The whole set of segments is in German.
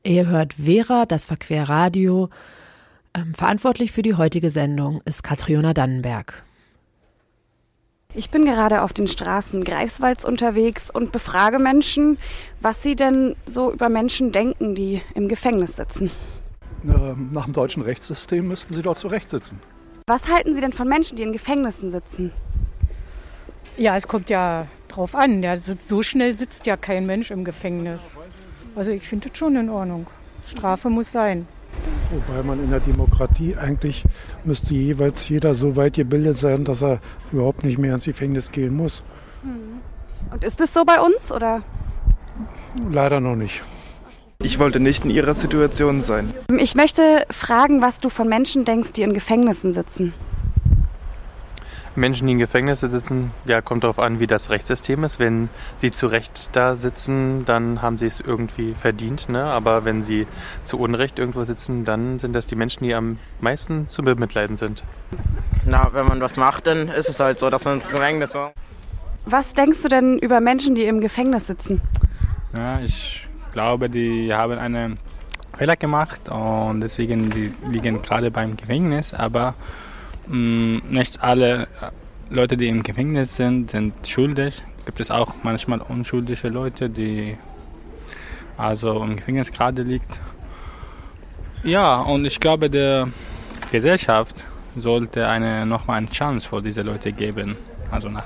Ihr hört Vera, das Verquerradio. Verantwortlich für die heutige Sendung ist Katriona Dannenberg. Ich bin gerade auf den Straßen Greifswalds unterwegs und befrage Menschen, was sie denn so über Menschen denken, die im Gefängnis sitzen. Nach dem deutschen Rechtssystem müssten sie dort zu Recht sitzen. Was halten Sie denn von Menschen, die in Gefängnissen sitzen? Ja, es kommt ja drauf an. So schnell sitzt ja kein Mensch im Gefängnis. Also ich finde das schon in Ordnung. Strafe muss sein. Wobei man in der Demokratie eigentlich müsste jeweils jeder so weit gebildet sein, dass er überhaupt nicht mehr ins Gefängnis gehen muss. Und ist es so bei uns, oder? Leider noch nicht. Ich wollte nicht in Ihrer Situation sein. Ich möchte fragen, was du von Menschen denkst, die in Gefängnissen sitzen. Menschen, die in Gefängnissen sitzen, ja, kommt darauf an, wie das Rechtssystem ist. Wenn sie zu Recht da sitzen, dann haben sie es irgendwie verdient, ne? Aber wenn sie zu Unrecht irgendwo sitzen, dann sind das die Menschen, die am meisten zu bemitleiden sind. Na, wenn man was macht, dann ist es halt so, dass man ins Gefängnis war. Was denkst du denn über Menschen, die im Gefängnis sitzen? Ja, ich glaube, die haben einen Fehler gemacht und deswegen die liegen gerade beim Gefängnis, aber nicht alle Leute, die im Gefängnis sind schuldig. Gibt es auch manchmal unschuldige Leute, die also im Gefängnis gerade liegt. Ja, und ich glaube, der Gesellschaft sollte nochmal eine Chance für diese Leute geben. Also nach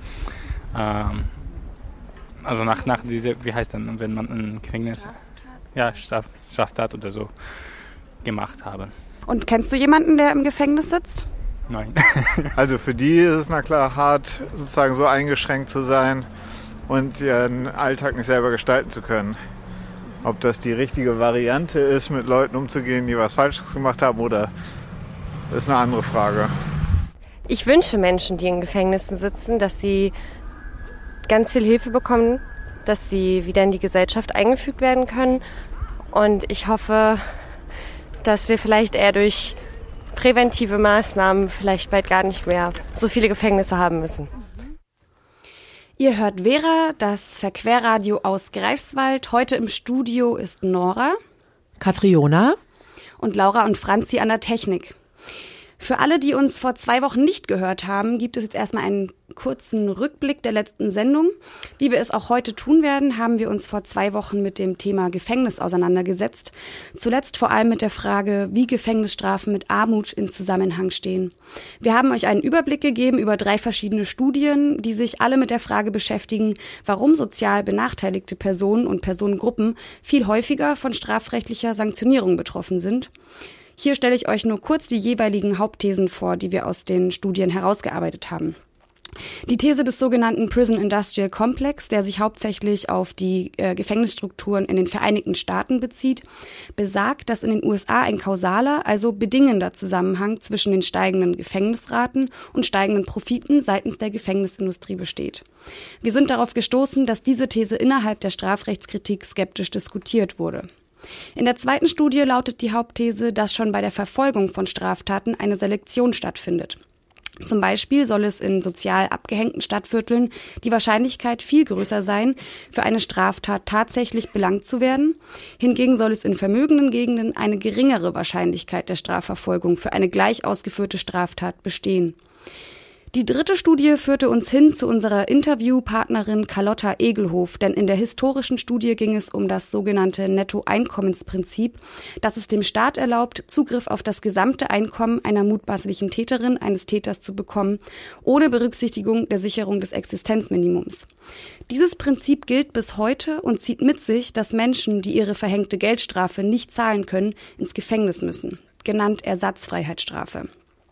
dieser, wie heißt das, wenn man im Gefängnis Straftat oder so gemacht haben. Und kennst du jemanden, der im Gefängnis sitzt? Nein. Also für die ist es na klar hart, sozusagen so eingeschränkt zu sein und ihren Alltag nicht selber gestalten zu können. Ob das die richtige Variante ist, mit Leuten umzugehen, die was Falsches gemacht haben, oder ist eine andere Frage. Ich wünsche Menschen, die in Gefängnissen sitzen, dass sie ganz viel Hilfe bekommen, dass sie wieder in die Gesellschaft eingefügt werden können. Und ich hoffe, dass wir vielleicht eher durch präventive Maßnahmen vielleicht bald gar nicht mehr so viele Gefängnisse haben müssen. Ihr hört Vera, das Verquerradio aus Greifswald. Heute im Studio ist Nora, Katriona und Laura und Franzi an der Technik. Für alle, die uns vor 2 Wochen nicht gehört haben, gibt es jetzt erstmal einen kurzen Rückblick der letzten Sendung. Wie wir es auch heute tun werden, haben wir uns vor 2 Wochen mit dem Thema Gefängnis auseinandergesetzt. Zuletzt vor allem mit der Frage, wie Gefängnisstrafen mit Armut in Zusammenhang stehen. Wir haben euch einen Überblick gegeben über 3 verschiedene Studien, die sich alle mit der Frage beschäftigen, warum sozial benachteiligte Personen und Personengruppen viel häufiger von strafrechtlicher Sanktionierung betroffen sind. Hier stelle ich euch nur kurz die jeweiligen Hauptthesen vor, die wir aus den Studien herausgearbeitet haben. Die These des sogenannten Prison Industrial Complex, der sich hauptsächlich auf die Gefängnisstrukturen in den Vereinigten Staaten bezieht, besagt, dass in den USA ein kausaler, also bedingender Zusammenhang zwischen den steigenden Gefängnisraten und steigenden Profiten seitens der Gefängnisindustrie besteht. Wir sind darauf gestoßen, dass diese These innerhalb der Strafrechtskritik skeptisch diskutiert wurde. In der zweiten Studie lautet die Hauptthese, dass schon bei der Verfolgung von Straftaten eine Selektion stattfindet. Zum Beispiel soll es in sozial abgehängten Stadtvierteln die Wahrscheinlichkeit viel größer sein, für eine Straftat tatsächlich belangt zu werden. Hingegen soll es in vermögenden Gegenden eine geringere Wahrscheinlichkeit der Strafverfolgung für eine gleich ausgeführte Straftat bestehen. Die dritte Studie führte uns hin zu unserer Interviewpartnerin Carlotta Egelhof, denn in der historischen Studie ging es um das sogenannte Nettoeinkommensprinzip, das es dem Staat erlaubt, Zugriff auf das gesamte Einkommen einer mutmaßlichen Täterin, eines Täters zu bekommen, ohne Berücksichtigung der Sicherung des Existenzminimums. Dieses Prinzip gilt bis heute und zieht mit sich, dass Menschen, die ihre verhängte Geldstrafe nicht zahlen können, ins Gefängnis müssen, genannt Ersatzfreiheitsstrafe.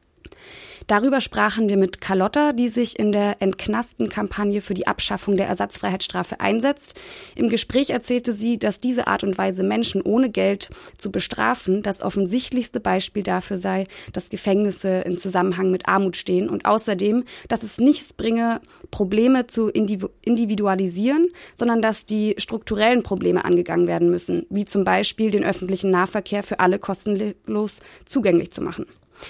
Darüber sprachen wir mit Carlotta, die sich in der Entknasten-Kampagne für die Abschaffung der Ersatzfreiheitsstrafe einsetzt. Im Gespräch erzählte sie, dass diese Art und Weise, Menschen ohne Geld zu bestrafen, das offensichtlichste Beispiel dafür sei, dass Gefängnisse im Zusammenhang mit Armut stehen und außerdem, dass es nichts bringe, Probleme zu individualisieren, sondern dass die strukturellen Probleme angegangen werden müssen, wie zum Beispiel den öffentlichen Nahverkehr für alle kostenlos zugänglich zu machen.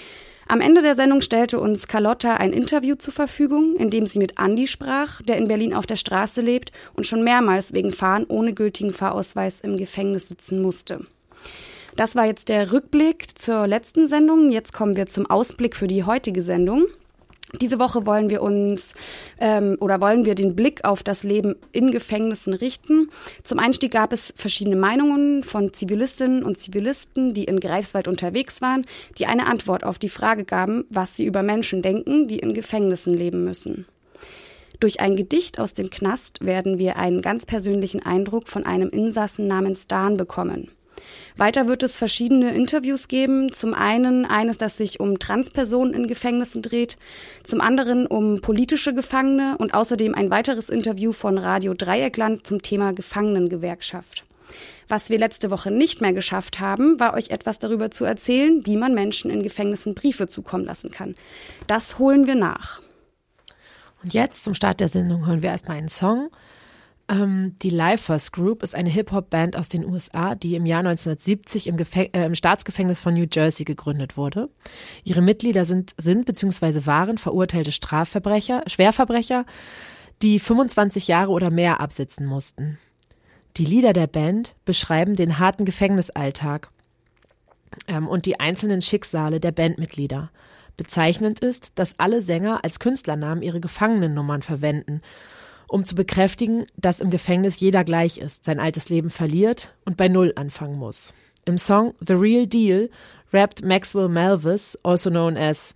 Am Ende der Sendung stellte uns Carlotta ein Interview zur Verfügung, in dem sie mit Andi sprach, der in Berlin auf der Straße lebt und schon mehrmals wegen Fahren ohne gültigen Fahrausweis im Gefängnis sitzen musste. Das war jetzt der Rückblick zur letzten Sendung. Jetzt kommen wir zum Ausblick für die heutige Sendung. Diese Woche wollen wir den Blick auf das Leben in Gefängnissen richten. Zum Einstieg gab es verschiedene Meinungen von Zivilistinnen und Zivilisten, die in Greifswald unterwegs waren, die eine Antwort auf die Frage gaben, was sie über Menschen denken, die in Gefängnissen leben müssen. Durch ein Gedicht aus dem Knast werden wir einen ganz persönlichen Eindruck von einem Insassen namens Dan bekommen. Weiter wird es verschiedene Interviews geben. Zum einen eines, das sich um Transpersonen in Gefängnissen dreht, zum anderen um politische Gefangene und außerdem ein weiteres Interview von Radio Dreieckland zum Thema Gefangenengewerkschaft. Was wir letzte Woche nicht mehr geschafft haben, war euch etwas darüber zu erzählen, wie man Menschen in Gefängnissen Briefe zukommen lassen kann. Das holen wir nach. Und jetzt zum Start der Sendung hören wir erstmal einen Song. Die Lifers Group ist eine Hip-Hop-Band aus den USA, die im Jahr 1970 im Staatsgefängnis von New Jersey gegründet wurde. Ihre Mitglieder sind bzw. waren verurteilte Schwerverbrecher, die 25 Jahre oder mehr absitzen mussten. Die Lieder der Band beschreiben den harten Gefängnisalltag und die einzelnen Schicksale der Bandmitglieder. Bezeichnend ist, dass alle Sänger als Künstlernamen ihre Gefangenennummern verwenden, um zu bekräftigen, dass im Gefängnis jeder gleich ist, sein altes Leben verliert und bei Null anfangen muss. Im Song The Real Deal rappt Maxwell Malvis, also known as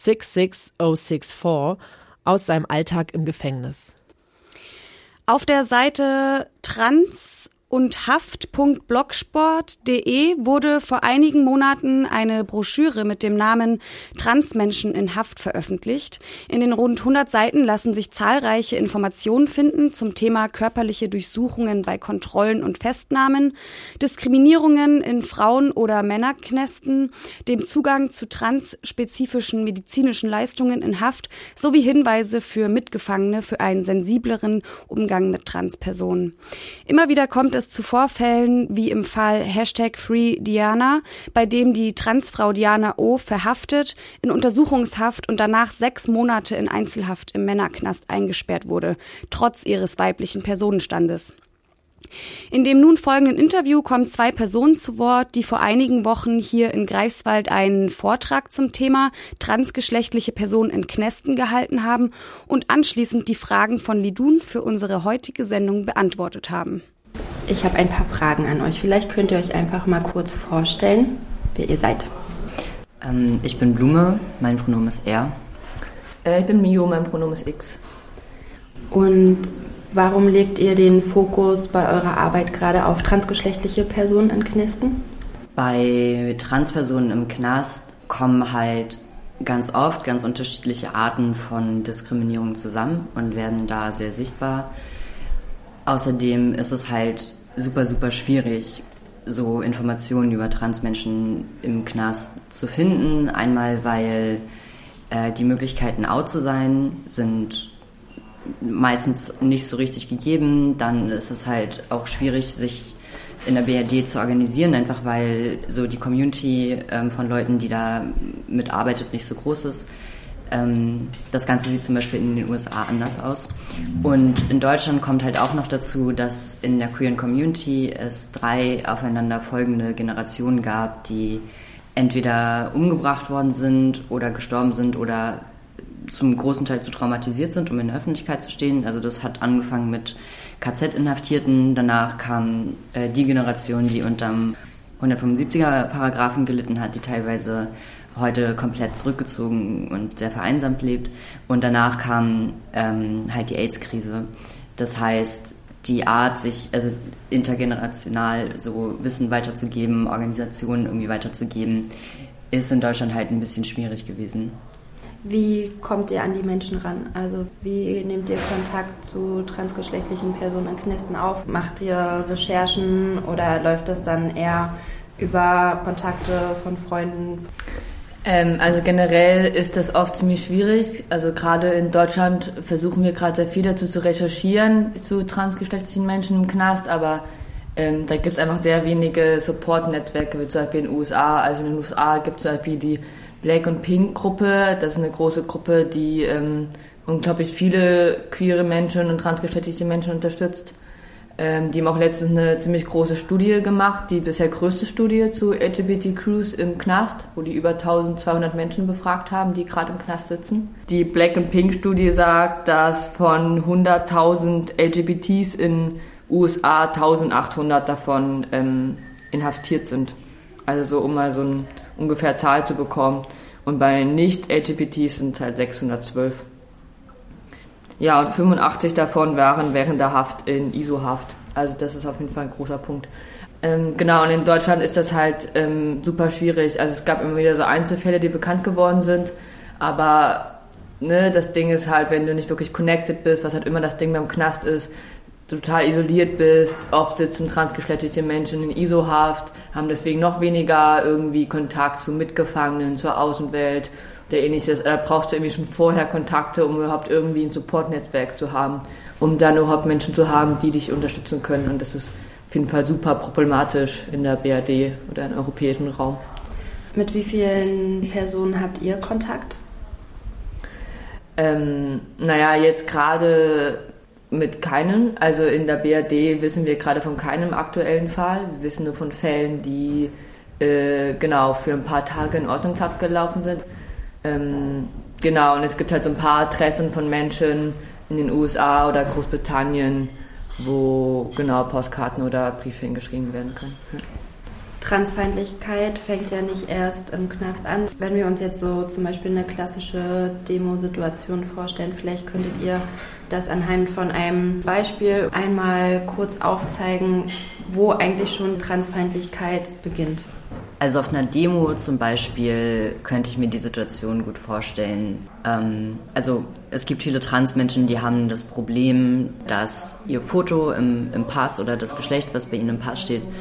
66064, aus seinem Alltag im Gefängnis. Auf der Seite trans-und-haft.blogsport.de wurde vor einigen Monaten eine Broschüre mit dem Namen Transmenschen in Haft veröffentlicht. In den rund 100 Seiten lassen sich zahlreiche Informationen finden zum Thema körperliche Durchsuchungen bei Kontrollen und Festnahmen, Diskriminierungen in Frauen- oder Männerknästen, dem Zugang zu transspezifischen medizinischen Leistungen in Haft sowie Hinweise für Mitgefangene für einen sensibleren Umgang mit Transpersonen. Immer wieder kommt es zu Vorfällen wie im Fall #FreeDiana, bei dem die Transfrau Diana O. verhaftet, in Untersuchungshaft und danach 6 Monate in Einzelhaft im Männerknast eingesperrt wurde, trotz ihres weiblichen Personenstandes. In dem nun folgenden Interview kommen 2 Personen zu Wort, die vor einigen Wochen hier in Greifswald einen Vortrag zum Thema transgeschlechtliche Personen in Knästen gehalten haben und anschließend die Fragen von Lidun für unsere heutige Sendung beantwortet haben. Ich habe ein paar Fragen an euch. Vielleicht könnt ihr euch einfach mal kurz vorstellen, wer ihr seid. Ich bin Blume, mein Pronomen ist er. Ich bin Mio, mein Pronomen ist X. Und warum legt ihr den Fokus bei eurer Arbeit gerade auf transgeschlechtliche Personen in Knästen? Bei Transpersonen im Knast kommen halt ganz oft ganz unterschiedliche Arten von Diskriminierung zusammen und werden da sehr sichtbar. Außerdem ist es halt super, super schwierig, so Informationen über Transmenschen im Knast zu finden. Einmal, weil die Möglichkeiten, out zu sein, sind meistens nicht so richtig gegeben. Dann ist es halt auch schwierig, sich in der BRD zu organisieren, einfach weil so die Community von Leuten, die da mitarbeitet, nicht so groß ist. Das Ganze sieht zum Beispiel in den USA anders aus. Und in Deutschland kommt halt auch noch dazu, dass in der queeren Community es 3 aufeinanderfolgende Generationen gab, die entweder umgebracht worden sind oder gestorben sind oder zum großen Teil zu traumatisiert sind, um in der Öffentlichkeit zu stehen. Also das hat angefangen mit KZ-Inhaftierten, danach kam die Generation, die unterm 175er-Paragraphen gelitten hat, die teilweise heute komplett zurückgezogen und sehr vereinsamt lebt. Und danach kam halt die AIDS-Krise. Das heißt, die Art, sich also intergenerational so Wissen weiterzugeben, Organisationen irgendwie weiterzugeben, ist in Deutschland halt ein bisschen schwierig gewesen. Wie kommt ihr an die Menschen ran? Also wie nehmt ihr Kontakt zu transgeschlechtlichen Personen in Knästen auf? Macht ihr Recherchen oder läuft das dann eher über Kontakte von Freunden? Also generell ist das oft ziemlich schwierig. Also gerade in Deutschland versuchen wir gerade sehr viel dazu zu recherchieren zu transgeschlechtlichen Menschen im Knast, aber Da gibt es einfach sehr wenige Support-Netzwerke, wie zum Beispiel in den USA. Also in den USA gibt es zum Beispiel die Black und Pink Gruppe. Das ist eine große Gruppe, die unglaublich viele queere Menschen und transgeschlechtliche Menschen unterstützt. Die haben auch letztens eine ziemlich große Studie gemacht, die bisher größte Studie zu LGBTQs im Knast, wo die über 1200 Menschen befragt haben, die gerade im Knast sitzen. Die Black and Pink Studie sagt, dass von 100.000 LGBTs in USA 1800 davon inhaftiert sind. Also so, um mal so eine ungefähr Zahl zu bekommen. Und bei Nicht-LGBTs sind es halt 612. Ja, und 85 davon waren während der Haft in ISO-Haft. Also das ist auf jeden Fall ein großer Punkt. Genau, und in Deutschland ist das halt super schwierig. Also es gab immer wieder so Einzelfälle, die bekannt geworden sind. Aber ne, das Ding ist halt, wenn du nicht wirklich connected bist, was halt immer das Ding beim Knast ist, total isoliert bist. Oft sitzen transgeschlechtliche Menschen in ISO-Haft, haben deswegen noch weniger irgendwie Kontakt zu Mitgefangenen, zur Außenwelt oder ähnliches. Da brauchst du irgendwie schon vorher Kontakte, um überhaupt irgendwie ein Support-Netzwerk zu haben, um dann überhaupt Menschen zu haben, die dich unterstützen können. Und das ist auf jeden Fall super problematisch in der BRD oder im europäischen Raum. Mit wie vielen Personen habt ihr Kontakt? Naja, jetzt gerade mit keinem. Also in der BRD wissen wir gerade von keinem aktuellen Fall. Wir wissen nur von Fällen, die genau für ein paar Tage in Ordnungshaft gelaufen sind. Genau, und es gibt halt so ein paar Adressen von Menschen in den USA oder Großbritannien, wo genau Postkarten oder Briefe hingeschrieben werden können. Ja. Transfeindlichkeit fängt ja nicht erst im Knast an. Wenn wir uns jetzt so zum Beispiel eine klassische Demosituation vorstellen, vielleicht könntet ihr das anhand von einem Beispiel einmal kurz aufzeigen, wo eigentlich schon Transfeindlichkeit beginnt. Also auf einer Demo zum Beispiel könnte ich mir die Situation gut vorstellen. Also es gibt viele Transmenschen, die haben das Problem, dass ihr Foto im Pass oder das Geschlecht, was bei ihnen im Pass steht,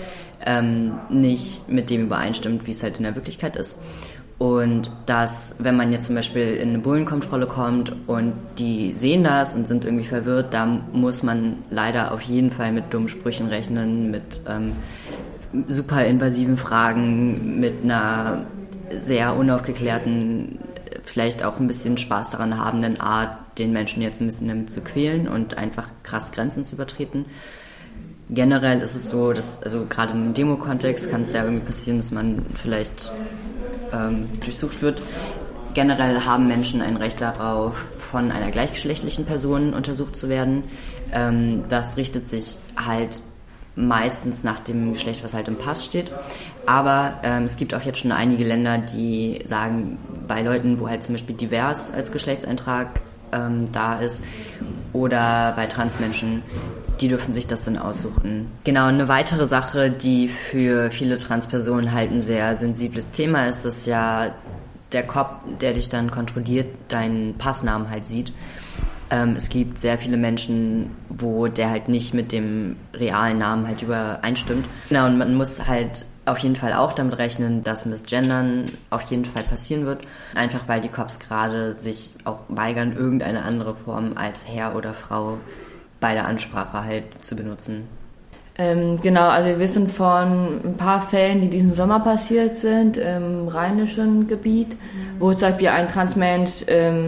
nicht mit dem übereinstimmt, wie es halt in der Wirklichkeit ist. Und dass, wenn man jetzt zum Beispiel in eine Bullenkontrolle kommt und die sehen das und sind irgendwie verwirrt, da muss man leider auf jeden Fall mit dummen Sprüchen rechnen, mit super invasiven Fragen, mit einer sehr unaufgeklärten, vielleicht auch ein bisschen Spaß daran habenden Art, den Menschen jetzt ein bisschen damit zu quälen und einfach krass Grenzen zu übertreten. Generell ist es so, dass, also gerade im Demo-Kontext kann es ja irgendwie passieren, dass man vielleicht durchsucht wird. Generell haben Menschen ein Recht darauf, von einer gleichgeschlechtlichen Person untersucht zu werden. Das richtet sich halt meistens nach dem Geschlecht, was halt im Pass steht. Aber es gibt auch jetzt schon einige Länder, die sagen, bei Leuten, wo halt zum Beispiel divers als Geschlechtseintrag da ist oder bei Transmenschen, die dürfen sich das dann aussuchen. Genau, eine weitere Sache, die für viele Transpersonen halt ein sehr sensibles Thema ist, dass ja der Cop, der dich dann kontrolliert, deinen Passnamen halt sieht. Es gibt sehr viele Menschen, wo der halt nicht mit dem realen Namen halt übereinstimmt. Genau, und man muss halt auf jeden Fall auch damit rechnen, dass Misgendern auf jeden Fall passieren wird. Einfach weil die Cops gerade sich auch weigern, irgendeine andere Form als Herr oder Frau bei der Ansprache halt zu benutzen. Genau, also wir wissen von ein paar Fällen, die diesen Sommer passiert sind, im rheinischen Gebiet, wo zum Beispiel ein Transmensch,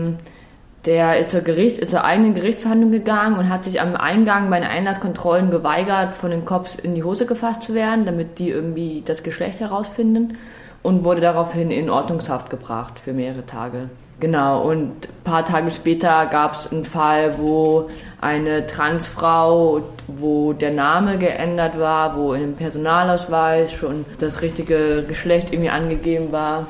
der ist zur eigenen Gerichtsverhandlung gegangen und hat sich am Eingang bei den Einlasskontrollen geweigert, von den Cops in die Hose gefasst zu werden, damit die irgendwie das Geschlecht herausfinden, und wurde daraufhin in Ordnungshaft gebracht für mehrere Tage. Genau, und ein paar Tage später gab es einen Fall, wo eine Transfrau, wo der Name geändert war, wo in dem Personalausweis schon das richtige Geschlecht irgendwie angegeben war.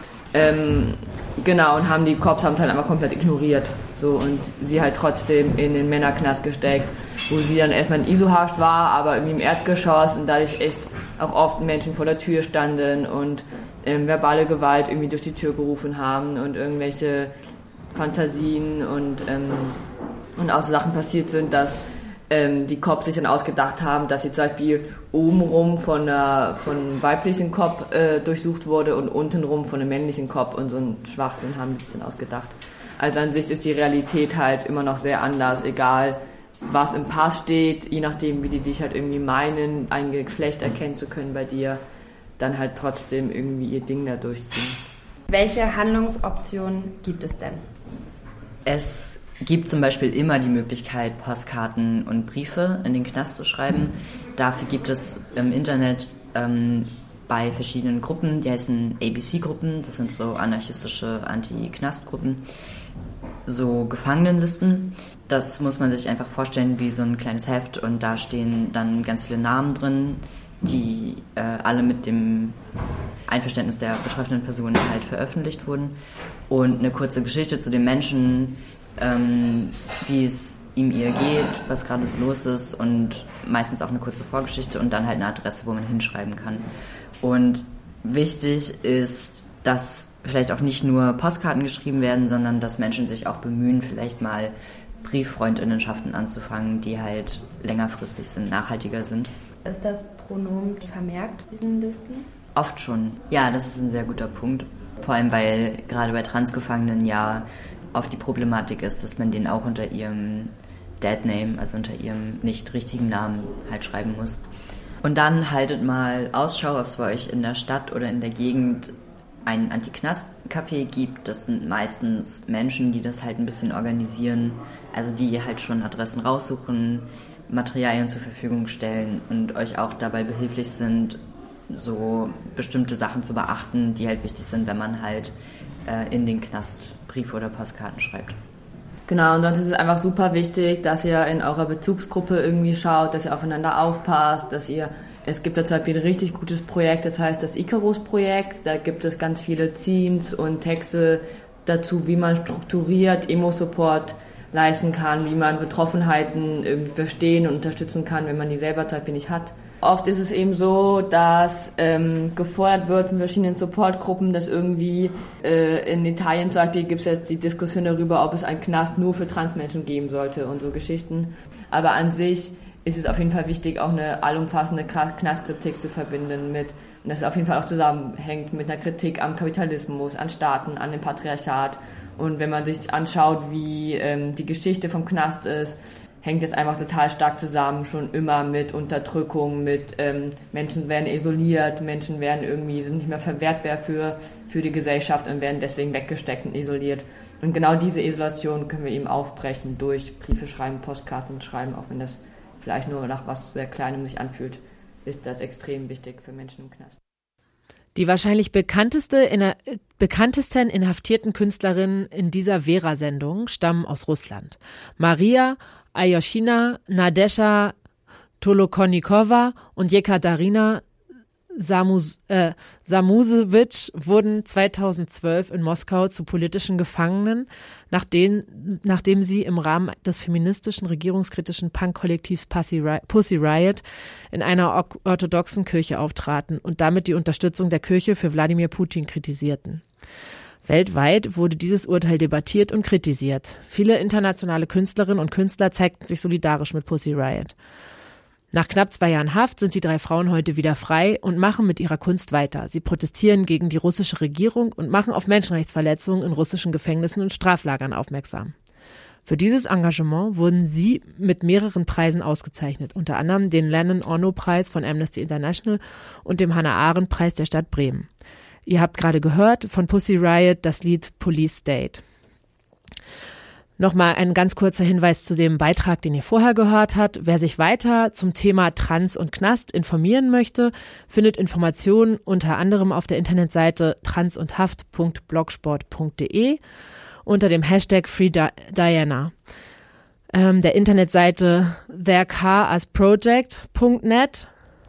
Genau, und die Cops haben es halt einfach komplett ignoriert. So, und sie halt trotzdem in den Männerknast gesteckt, wo sie dann erstmal in ISO-Haft war, aber irgendwie im Erdgeschoss und dadurch echt auch oft Menschen vor der Tür standen und verbale Gewalt irgendwie durch die Tür gerufen haben und irgendwelche Fantasien und auch so Sachen passiert sind, dass die Cops sich dann ausgedacht haben, dass sie zum Beispiel obenrum von einem weiblichen Cop durchsucht wurde und untenrum von einem männlichen Cop, und so einen Schwachsinn haben die sich dann ausgedacht. Also an sich ist die Realität halt immer noch sehr anders, egal was im Pass steht, je nachdem, wie die dich halt irgendwie meinen, ein Geschlecht erkennen zu können bei dir, dann halt trotzdem irgendwie ihr Ding da durchziehen. Welche Handlungsoptionen gibt es denn? Es gibt zum Beispiel immer die Möglichkeit, Postkarten und Briefe in den Knast zu schreiben. Dafür gibt es im Internet bei verschiedenen Gruppen, die heißen ABC-Gruppen, das sind so anarchistische Anti-Knast-Gruppen, so Gefangenenlisten. Das muss man sich einfach vorstellen wie so ein kleines Heft und da stehen dann ganz viele Namen drin, die alle mit dem Einverständnis der betreffenden Person halt veröffentlicht wurden und eine kurze Geschichte zu dem Menschen, wie es ihm ihr geht, was gerade so los ist und meistens auch eine kurze Vorgeschichte und dann halt eine Adresse, wo man hinschreiben kann. Und wichtig ist, dass vielleicht auch nicht nur Postkarten geschrieben werden, sondern dass Menschen sich auch bemühen, vielleicht mal Brieffreundinnenschaften anzufangen, die halt längerfristig sind, nachhaltiger sind. Ist das Pronomen vermerkt, diesen Listen? Oft schon. Ja, das ist ein sehr guter Punkt. Vor allem, weil gerade bei Transgefangenen ja oft die Problematik ist, dass man den auch unter ihrem Deadname, also unter ihrem nicht richtigen Namen halt schreiben muss. Und dann haltet mal Ausschau, ob es bei euch in der Stadt oder in der Gegend ein Anti-Knast-Café gibt. Das sind meistens Menschen, die das halt ein bisschen organisieren, also die halt schon Adressen raussuchen, Materialien zur Verfügung stellen und euch auch dabei behilflich sind, so bestimmte Sachen zu beachten, die halt wichtig sind, wenn man halt in den Knast Briefe oder Postkarten schreibt. Genau, und sonst ist es einfach super wichtig, dass ihr in eurer Bezugsgruppe irgendwie schaut, dass ihr aufeinander aufpasst, es gibt da zum Beispiel ein richtig gutes Projekt, das heißt das Icarus-Projekt, da gibt es ganz viele Zines und Texte dazu, wie man strukturiert Emo-Support leisten kann, wie man Betroffenheiten irgendwie verstehen und unterstützen kann, wenn man die selber zum Beispiel nicht hat. Oft ist es eben so, dass gefordert wird von verschiedenen Supportgruppen, dass irgendwie in Italien zum Beispiel gibt es jetzt die Diskussion darüber, ob es einen Knast nur für Transmenschen geben sollte und so Geschichten. Aber an sich ist es auf jeden Fall wichtig, auch eine allumfassende Knastkritik zu verbinden mit, und das auf jeden Fall auch zusammenhängt mit einer Kritik am Kapitalismus, an Staaten, an dem Patriarchat. Und wenn man sich anschaut, wie die Geschichte vom Knast ist, hängt es einfach total stark zusammen, schon immer mit Unterdrückung, mit Menschen werden isoliert, Menschen sind nicht mehr verwertbar für die Gesellschaft und werden deswegen weggesteckt und isoliert. Und genau diese Isolation können wir eben aufbrechen durch Briefe schreiben, Postkarten schreiben, auch wenn das vielleicht nur nach was sehr Kleinem sich anfühlt, ist das extrem wichtig für Menschen im Knast. Die wahrscheinlich bekanntesten inhaftierten Künstlerinnen in dieser Vera-Sendung stammen aus Russland. Maria Ayoshina, Nadesha Tolokonnikova und Jekaterina Samusewitsch wurden 2012 in Moskau zu politischen Gefangenen, nachdem sie im Rahmen des feministischen, regierungskritischen Punk-Kollektivs Pussy Riot in einer orthodoxen Kirche auftraten und damit die Unterstützung der Kirche für Wladimir Putin kritisierten. Weltweit wurde dieses Urteil debattiert und kritisiert. Viele internationale Künstlerinnen und Künstler zeigten sich solidarisch mit Pussy Riot. Nach knapp 2 Jahren Haft sind die 3 Frauen heute wieder frei und machen mit ihrer Kunst weiter. Sie protestieren gegen die russische Regierung und machen auf Menschenrechtsverletzungen in russischen Gefängnissen und Straflagern aufmerksam. Für dieses Engagement wurden sie mit mehreren Preisen ausgezeichnet, unter anderem den Lennon-Orno-Preis von Amnesty International und dem Hannah-Arendt-Preis der Stadt Bremen. Ihr habt gerade gehört von Pussy Riot das Lied Police State. Nochmal ein ganz kurzer Hinweis zu dem Beitrag, den ihr vorher gehört habt. Wer sich weiter zum Thema Trans und Knast informieren möchte, findet Informationen unter anderem auf der Internetseite transundhaft.blogsport.de unter dem Hashtag FreeDiana, der Internetseite theircarasproject.net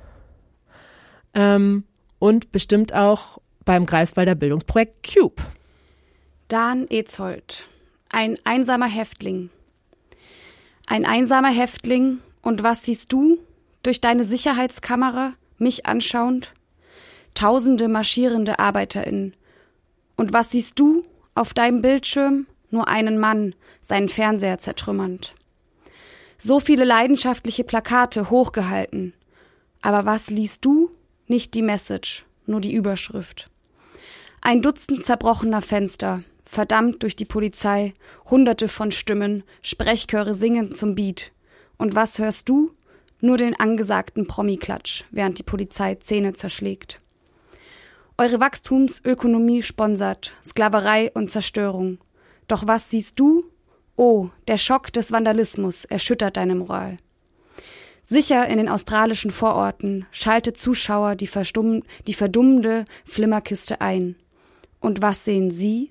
und bestimmt auch beim Greifswalder Bildungsprojekt CUBE. Dan Ezhold. Ein einsamer Häftling. Ein einsamer Häftling, und was siehst du durch deine Sicherheitskamera, mich anschauend? Tausende marschierende ArbeiterInnen. Und was siehst du auf deinem Bildschirm? Nur einen Mann, seinen Fernseher zertrümmernd. So viele leidenschaftliche Plakate hochgehalten. Aber was liest du? Nicht die Message, nur die Überschrift. Ein Dutzend zerbrochener Fenster, verdammt durch die Polizei, Hunderte von Stimmen, Sprechchöre singen zum Beat. Und was hörst du? Nur den angesagten Promi-Klatsch, während die Polizei Zähne zerschlägt. Eure Wachstumsökonomie sponsert Sklaverei und Zerstörung. Doch was siehst du? Oh, der Schock des Vandalismus erschüttert deine Moral. Sicher in den australischen Vororten schaltet Zuschauer die verdummende Flimmerkiste ein. Und was sehen sie?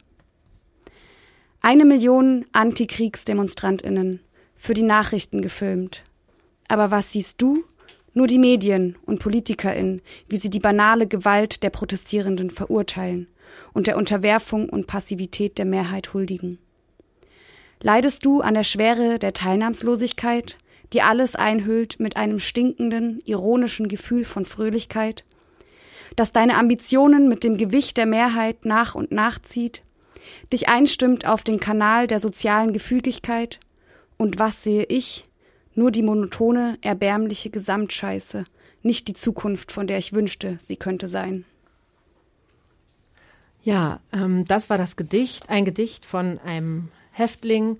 1 Million Antikriegsdemonstrantinnen, für die Nachrichten gefilmt. Aber was siehst du? Nur die Medien und PolitikerInnen, wie sie die banale Gewalt der Protestierenden verurteilen und der Unterwerfung und Passivität der Mehrheit huldigen. Leidest du an der Schwere der Teilnahmslosigkeit, die alles einhüllt mit einem stinkenden, ironischen Gefühl von Fröhlichkeit, das deine Ambitionen mit dem Gewicht der Mehrheit nach und nach zieht, dich einstimmt auf den Kanal der sozialen Gefügigkeit? Und was sehe ich? Nur die monotone, erbärmliche Gesamtscheiße, nicht die Zukunft, von der ich wünschte, sie könnte sein. Ja, das war das Gedicht, ein Gedicht von einem Häftling,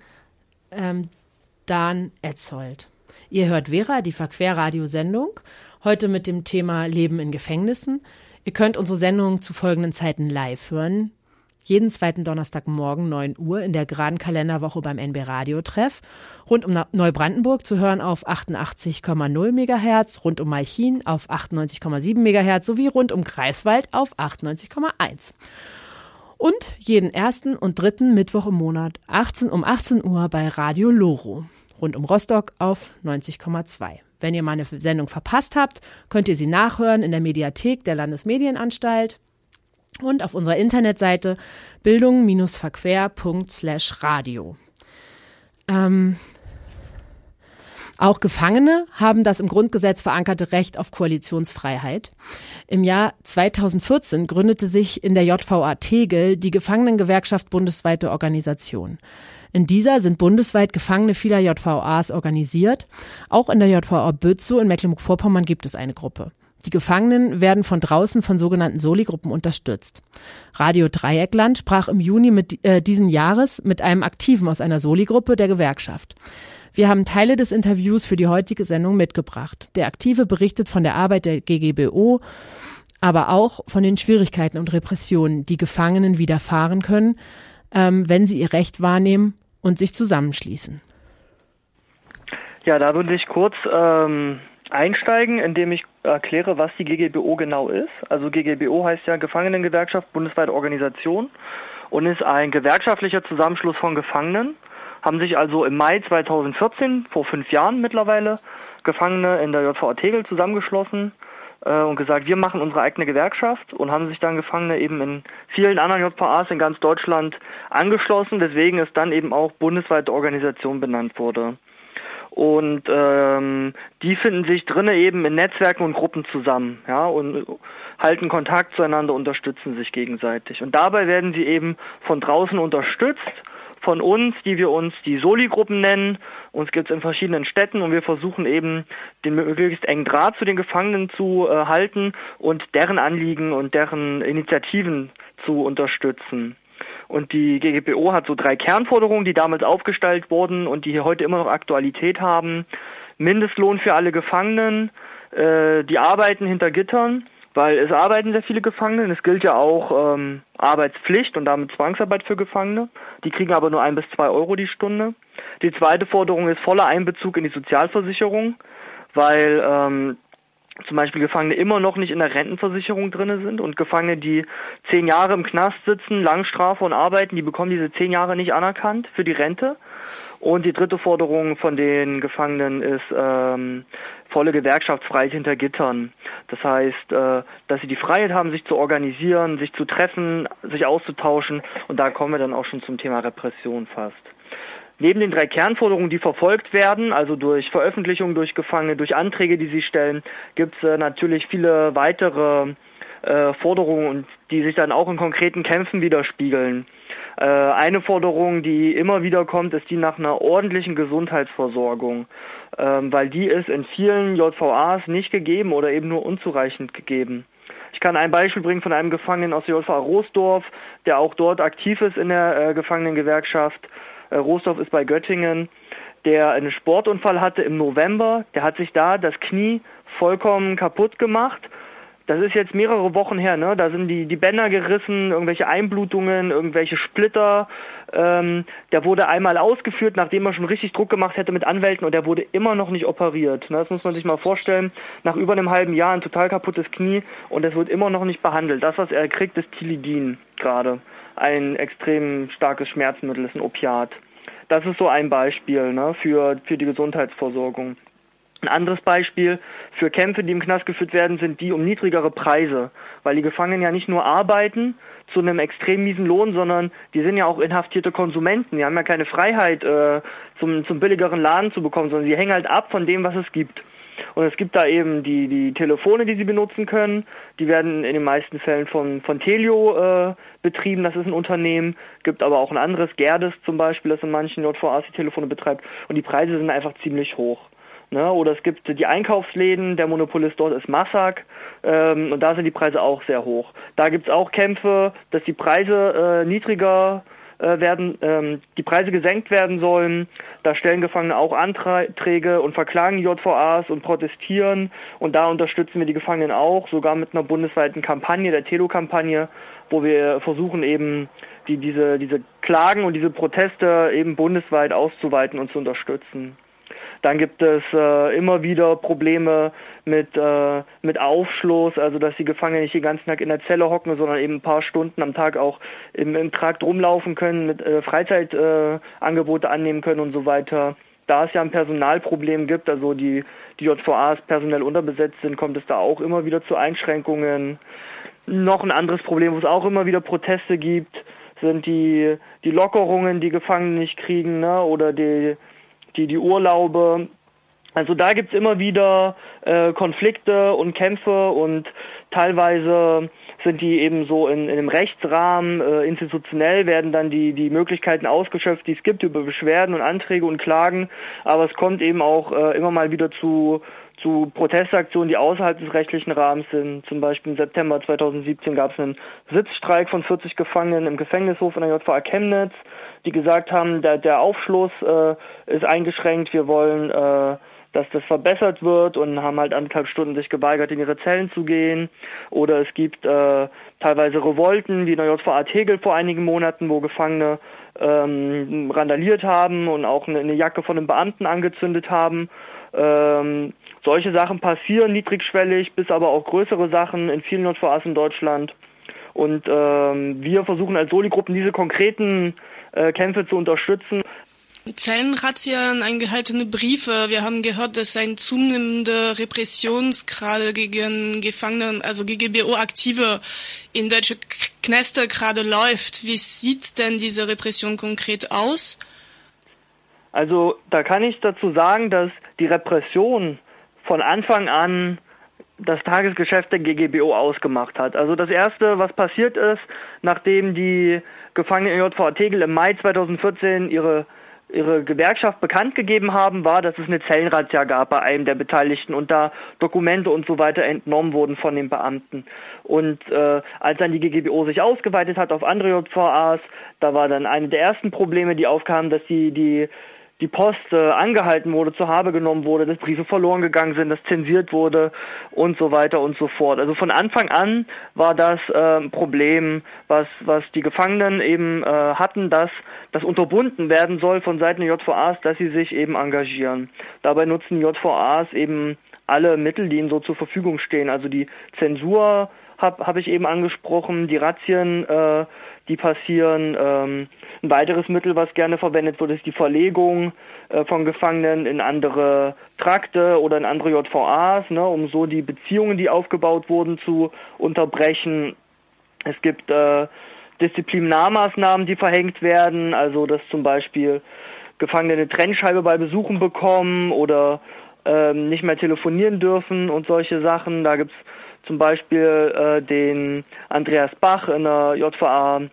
Dan Etzold. Ihr hört Vera, die Verquer-Radiosendung, heute mit dem Thema Leben in Gefängnissen. Ihr könnt unsere Sendung zu folgenden Zeiten live hören. Jeden zweiten Donnerstagmorgen 9 Uhr in der geraden Kalenderwoche beim NB Radio-Treff. Rund um Neubrandenburg zu hören auf 88,0 MHz, rund um Malchin auf 98,7 MHz sowie rund um Greifswald auf 98,1. Und jeden ersten und dritten Mittwoch im Monat um 18 Uhr bei Radio Loro, rund um Rostock auf 90,2. Wenn ihr mal eine Sendung verpasst habt, könnt ihr sie nachhören in der Mediathek der Landesmedienanstalt und auf unserer Internetseite bildung-verquer.radio. Auch Gefangene haben das im Grundgesetz verankerte Recht auf Koalitionsfreiheit. Im Jahr 2014 gründete sich in der JVA Tegel die Gefangenengewerkschaft bundesweite Organisation. In dieser sind bundesweit Gefangene vieler JVAs organisiert. Auch in der JVA Bützow in Mecklenburg-Vorpommern gibt es eine Gruppe. Die Gefangenen werden von draußen von sogenannten Soli-Gruppen unterstützt. Radio Dreieckland sprach im Juni diesen Jahres mit einem Aktiven aus einer Soli-Gruppe der Gewerkschaft. Wir haben Teile des Interviews für die heutige Sendung mitgebracht. Der Aktive berichtet von der Arbeit der GGBO, aber auch von den Schwierigkeiten und Repressionen, die Gefangenen widerfahren können, wenn sie ihr Recht wahrnehmen und sich zusammenschließen. Ja, da würde ich kurz einsteigen, indem ich erkläre, was die GGBO genau ist. Also GGBO heißt ja Gefangenengewerkschaft bundesweite Organisation und ist ein gewerkschaftlicher Zusammenschluss von Gefangenen. Haben sich also im Mai 2014, vor 5 Jahren mittlerweile, Gefangene in der JVA Tegel zusammengeschlossen und gesagt, wir machen unsere eigene Gewerkschaft, und haben sich dann Gefangene eben in vielen anderen JVAs in ganz Deutschland angeschlossen, weswegen es dann eben auch bundesweite Organisation benannt wurde. Und die finden sich drinnen eben in Netzwerken und Gruppen zusammen, ja, und halten Kontakt zueinander, unterstützen sich gegenseitig. Und dabei werden sie eben von draußen unterstützt, von uns, die wir uns die Soli-Gruppen nennen. Uns gibt es in verschiedenen Städten, und wir versuchen eben, den möglichst engen Draht zu den Gefangenen zu halten und deren Anliegen und deren Initiativen zu unterstützen. Und die GGBO hat so 3 Kernforderungen, die damals aufgestellt wurden und die hier heute immer noch Aktualität haben. Mindestlohn für alle Gefangenen, die arbeiten hinter Gittern, weil es arbeiten sehr viele Gefangene. Es gilt ja auch Arbeitspflicht und damit Zwangsarbeit für Gefangene. Die kriegen aber nur 1 bis 2 Euro die Stunde. Die zweite Forderung ist voller Einbezug in die Sozialversicherung, weil zum Beispiel Gefangene immer noch nicht in der Rentenversicherung drin sind, und Gefangene, die 10 Jahre im Knast sitzen, Langstrafe und arbeiten, die bekommen diese 10 Jahre nicht anerkannt für die Rente. Und die dritte Forderung von den Gefangenen ist volle Gewerkschaftsfreiheit hinter Gittern. Das heißt, dass sie die Freiheit haben, sich zu organisieren, sich zu treffen, sich auszutauschen, und da kommen wir dann auch schon zum Thema Repression fast. Neben den 3 Kernforderungen, die verfolgt werden, also durch Veröffentlichungen durch Gefangene, durch Anträge, die sie stellen, gibt es natürlich viele weitere Forderungen, die sich dann auch in konkreten Kämpfen widerspiegeln. Eine Forderung, die immer wieder kommt, ist die nach einer ordentlichen Gesundheitsversorgung, weil die ist in vielen JVAs nicht gegeben oder eben nur unzureichend gegeben. Ich kann ein Beispiel bringen von einem Gefangenen aus der JVA Roosdorf, der auch dort aktiv ist in der Gefangenengewerkschaft. Roosdorf ist bei Göttingen. der einen Sportunfall hatte im November. Der hat sich da das Knie vollkommen kaputt gemacht. Das ist jetzt mehrere Wochen her, ne? Da sind die Bänder gerissen, irgendwelche Einblutungen, irgendwelche Splitter. Der wurde einmal ausgeführt, nachdem er schon richtig Druck gemacht hätte mit Anwälten, und der wurde immer noch nicht operiert. Ne? Das muss man sich mal vorstellen. Nach über einem halben Jahr ein total kaputtes Knie, und das wird immer noch nicht behandelt. Das, was er kriegt, ist Tilidin gerade. Ein extrem starkes Schmerzmittel, ist ein Opiat. Das ist so ein Beispiel, ne, für die Gesundheitsversorgung. Ein anderes Beispiel für Kämpfe, die im Knast geführt werden, sind die um niedrigere Preise, weil die Gefangenen ja nicht nur arbeiten zu einem extrem miesen Lohn, sondern die sind ja auch inhaftierte Konsumenten. Die haben ja keine Freiheit, zum billigeren Laden zu bekommen, sondern sie hängen halt ab von dem, was es gibt. Und es gibt da eben die Telefone, die sie benutzen können. Die werden in den meisten Fällen von Telio betrieben. Das ist ein Unternehmen. Gibt aber auch ein anderes, Gerdes zum Beispiel, das in manchen JVAs die Telefone betreibt. Und die Preise sind einfach ziemlich hoch. Ne? Oder es gibt die Einkaufsläden, der Monopolist dort ist Massak, und da sind die Preise auch sehr hoch. Da gibt es auch Kämpfe, dass die Preise niedriger die Preise gesenkt werden sollen. Da stellen Gefangene auch Anträge und verklagen die JVAs und protestieren. Und da unterstützen wir die Gefangenen auch, sogar mit einer bundesweiten Kampagne, der Telo-Kampagne, wo wir versuchen eben diese Klagen und diese Proteste eben bundesweit auszuweiten und zu unterstützen. Dann gibt es immer wieder Probleme mit Aufschluss, also dass die Gefangenen nicht den ganzen Tag in der Zelle hocken, sondern eben ein paar Stunden am Tag auch im Trakt rumlaufen können, mit Freizeitangebote annehmen können und so weiter. Da es ja ein Personalproblem gibt, also die JVAs personell unterbesetzt sind, kommt es da auch immer wieder zu Einschränkungen. Noch ein anderes Problem, wo es auch immer wieder Proteste gibt, sind die Lockerungen, die Gefangene nicht kriegen, ne? Oder die Urlaube. Also da gibt's immer wieder Konflikte und Kämpfe, und teilweise sind die eben so in einem Rechtsrahmen, institutionell werden dann die Möglichkeiten ausgeschöpft, die es gibt über Beschwerden und Anträge und Klagen, aber es kommt eben auch immer mal wieder zu Protestaktionen, die außerhalb des rechtlichen Rahmens sind. Zum Beispiel im September 2017 gab es einen Sitzstreik von 40 Gefangenen im Gefängnishof in der JVA Chemnitz, die gesagt haben, der Aufschluss ist eingeschränkt, wir wollen, dass das verbessert wird, und haben halt 1,5 Stunden sich geweigert, in ihre Zellen zu gehen. Oder es gibt teilweise Revolten, wie in der JVA Tegel vor einigen Monaten, wo Gefangene randaliert haben und auch eine Jacke von einem Beamten angezündet haben. Solche Sachen passieren niedrigschwellig, bis aber auch größere Sachen in vielen JVAs in Deutschland. Und wir versuchen als Soli-Gruppen diese konkreten Kämpfe zu unterstützen. Zellenrazzien, eingehaltene Briefe. Wir haben gehört, dass eine zunehmende Repressionsgrade gegen Gefangene, also GGBO-Aktive in deutsche Knäste gerade läuft. Wie sieht denn diese Repression konkret aus? Also da kann ich dazu sagen, dass die Repression von Anfang an das Tagesgeschäft der GGBO ausgemacht hat. Also das Erste, was passiert ist, nachdem die Gefangenen in JVA Tegel im Mai 2014 ihre Gewerkschaft bekannt gegeben haben, war, dass es eine Zellenrazzia gab bei einem der Beteiligten und da Dokumente und so weiter entnommen wurden von den Beamten. Und als dann die GGBO sich ausgeweitet hat auf andere JVAs, da war dann eine der ersten Probleme, die aufkamen, dass die Post angehalten wurde, zur Habe genommen wurde, dass Briefe verloren gegangen sind, dass zensiert wurde und so weiter und so fort. Also von Anfang an war das ein Problem, was die Gefangenen eben hatten, dass das unterbunden werden soll von Seiten der JVAs, dass sie sich eben engagieren. Dabei nutzen die JVAs eben alle Mittel, die ihnen so zur Verfügung stehen. Also die Zensur habe ich eben angesprochen, die Razzien, die passieren. Ein weiteres Mittel, was gerne verwendet wird, ist die Verlegung von Gefangenen in andere Trakte oder in andere JVAs, ne, um so die Beziehungen, die aufgebaut wurden, zu unterbrechen. Es gibt Disziplinarmaßnahmen, die verhängt werden, also dass zum Beispiel Gefangene eine Trennscheibe bei Besuchen bekommen oder nicht mehr telefonieren dürfen und solche Sachen. Da gibt's zum Beispiel den Andreas Bach in der JVA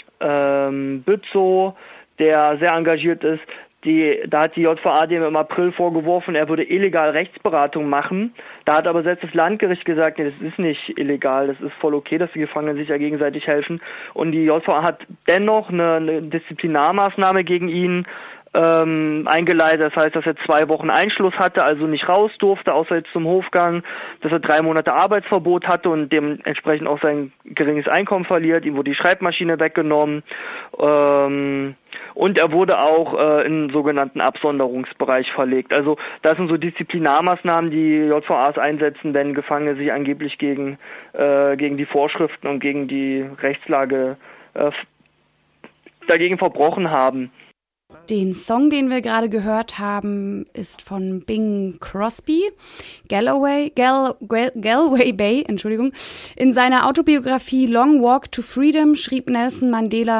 Bützow, der sehr engagiert ist. Da hat die JVA dem im April vorgeworfen, er würde illegal Rechtsberatung machen. Da hat aber selbst das Landgericht gesagt, nee, das ist nicht illegal, das ist voll okay, dass die Gefangenen sich ja gegenseitig helfen. Und die JVA hat dennoch eine Disziplinarmaßnahme gegen ihn eingeleitet. Das heißt, dass er 2 Wochen Einschluss hatte, also nicht raus durfte, außer jetzt zum Hofgang, dass er 3 Monate Arbeitsverbot hatte und dementsprechend auch sein geringes Einkommen verliert. Ihm wurde die Schreibmaschine weggenommen. Und er wurde auch in einen sogenannten Absonderungsbereich verlegt. Also das sind so Disziplinarmaßnahmen, die JVAs einsetzen, wenn Gefangene sich angeblich gegen die Vorschriften und gegen die Rechtslage dagegen verbrochen haben. Den Song, den wir gerade gehört haben, ist von Bing Crosby, Galway Bay, Entschuldigung. In seiner Autobiografie Long Walk to Freedom schrieb Nelson Mandela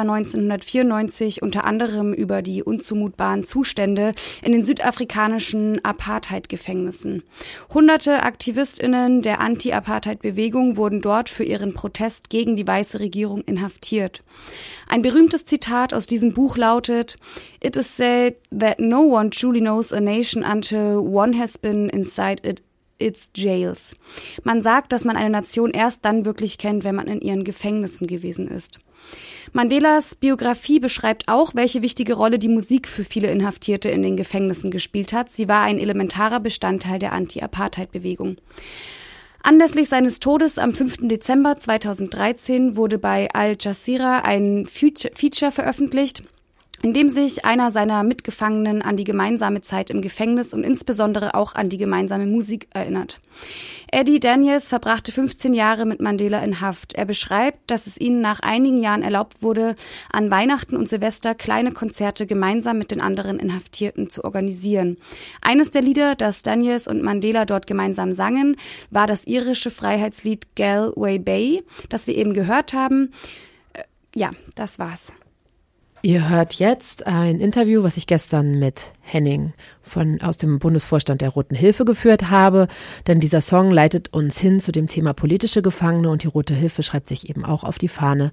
1994 unter anderem über die unzumutbaren Zustände in den südafrikanischen Apartheid-Gefängnissen. Hunderte AktivistInnen der Anti-Apartheid-Bewegung wurden dort für ihren Protest gegen die weiße Regierung inhaftiert. Ein berühmtes Zitat aus diesem Buch lautet: "It is said that no one truly knows a nation until one has been inside its jails." Man sagt, dass man eine Nation erst dann wirklich kennt, wenn man in ihren Gefängnissen gewesen ist. Mandelas Biografie beschreibt auch, welche wichtige Rolle die Musik für viele Inhaftierte in den Gefängnissen gespielt hat. Sie war ein elementarer Bestandteil der Anti-Apartheid-Bewegung. Anlässlich seines Todes am 5. Dezember 2013 wurde bei Al Jazeera ein Feature veröffentlicht, in dem sich einer seiner Mitgefangenen an die gemeinsame Zeit im Gefängnis und insbesondere auch an die gemeinsame Musik erinnert. Eddie Daniels verbrachte 15 Jahre mit Mandela in Haft. Er beschreibt, dass es ihnen nach einigen Jahren erlaubt wurde, an Weihnachten und Silvester kleine Konzerte gemeinsam mit den anderen Inhaftierten zu organisieren. Eines der Lieder, das Daniels und Mandela dort gemeinsam sangen, war das irische Freiheitslied Galway Bay, das wir eben gehört haben. Ja, das war's. Ihr hört jetzt ein Interview, was ich gestern mit Henning aus dem Bundesvorstand der Roten Hilfe geführt habe, denn dieser Song leitet uns hin zu dem Thema politische Gefangene und die Rote Hilfe schreibt sich eben auch auf die Fahne,